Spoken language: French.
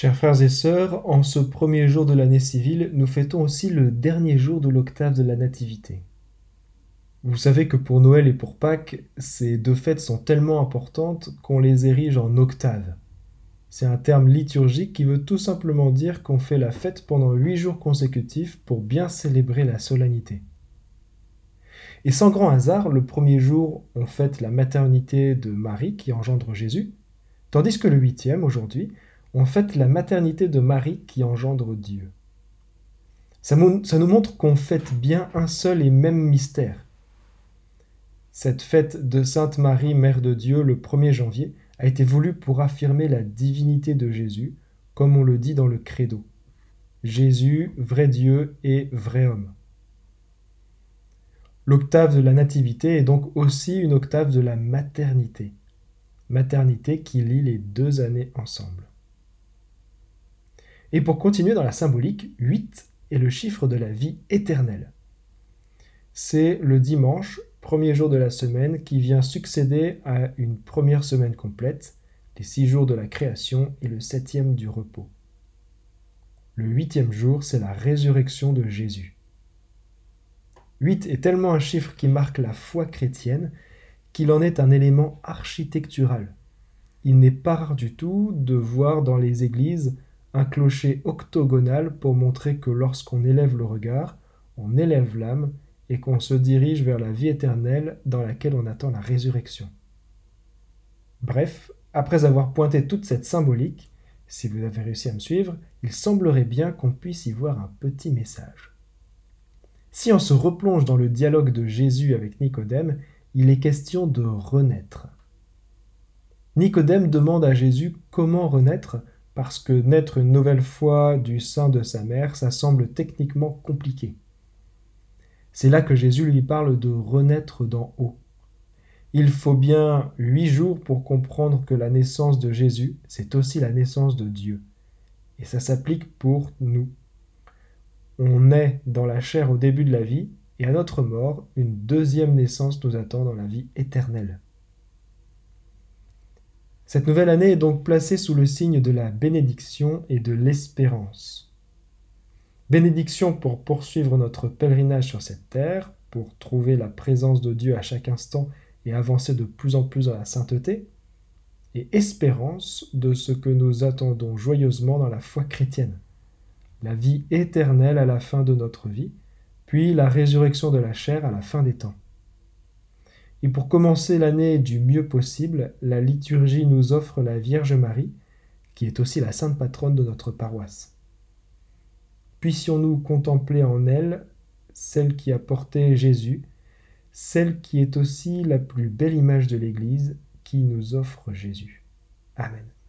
Chers frères et sœurs, en ce premier jour de l'année civile, nous fêtons aussi le dernier jour de l'octave de la Nativité. Vous savez que pour Noël et pour Pâques, ces deux fêtes sont tellement importantes qu'on les érige en octaves. C'est un terme liturgique qui veut tout simplement dire qu'on fait la fête pendant 8 jours consécutifs pour bien célébrer la solennité. Et sans grand hasard, le premier jour, on fête la maternité de Marie qui engendre Jésus, tandis que le huitième, aujourd'hui, on fête la maternité de Marie qui engendre Dieu. Ça nous montre qu'on fête bien un seul et même mystère. Cette fête de Sainte Marie, Mère de Dieu, le 1er janvier, a été voulue pour affirmer la divinité de Jésus, comme on le dit dans le Credo. Jésus, vrai Dieu et vrai homme. L'octave de la Nativité est donc aussi une octave de la maternité. Maternité qui lie les deux années ensemble. Et pour continuer dans la symbolique, 8 est le chiffre de la vie éternelle. C'est le dimanche, premier jour de la semaine, qui vient succéder à une première semaine complète, les 6 jours de la création et le 7e du repos. Le 8e jour, c'est la résurrection de Jésus. 8 est tellement un chiffre qui marque la foi chrétienne qu'il en est un élément architectural. Il n'est pas rare du tout de voir dans les églises un clocher octogonal pour montrer que lorsqu'on élève le regard, on élève l'âme et qu'on se dirige vers la vie éternelle dans laquelle on attend la résurrection. Bref, après avoir pointé toute cette symbolique, si vous avez réussi à me suivre, il semblerait bien qu'on puisse y voir un petit message. Si on se replonge dans le dialogue de Jésus avec Nicodème, il est question de renaître. Nicodème demande à Jésus comment renaître, parce que naître une nouvelle fois du sein de sa mère, ça semble techniquement compliqué. C'est là que Jésus lui parle de renaître d'en haut. Il faut bien 8 jours pour comprendre que la naissance de Jésus, c'est aussi la naissance de Dieu. Et ça s'applique pour nous. On naît dans la chair au début de la vie, et à notre mort, une deuxième naissance nous attend dans la vie éternelle. Cette nouvelle année est donc placée sous le signe de la bénédiction et de l'espérance. Bénédiction pour poursuivre notre pèlerinage sur cette terre, pour trouver la présence de Dieu à chaque instant et avancer de plus en plus dans la sainteté, et espérance de ce que nous attendons joyeusement dans la foi chrétienne, la vie éternelle à la fin de notre vie, puis la résurrection de la chair à la fin des temps. Et pour commencer l'année du mieux possible, la liturgie nous offre la Vierge Marie, qui est aussi la sainte patronne de notre paroisse. Puissions-nous contempler en elle celle qui a porté Jésus, celle qui est aussi la plus belle image de l'Église, qui nous offre Jésus. Amen.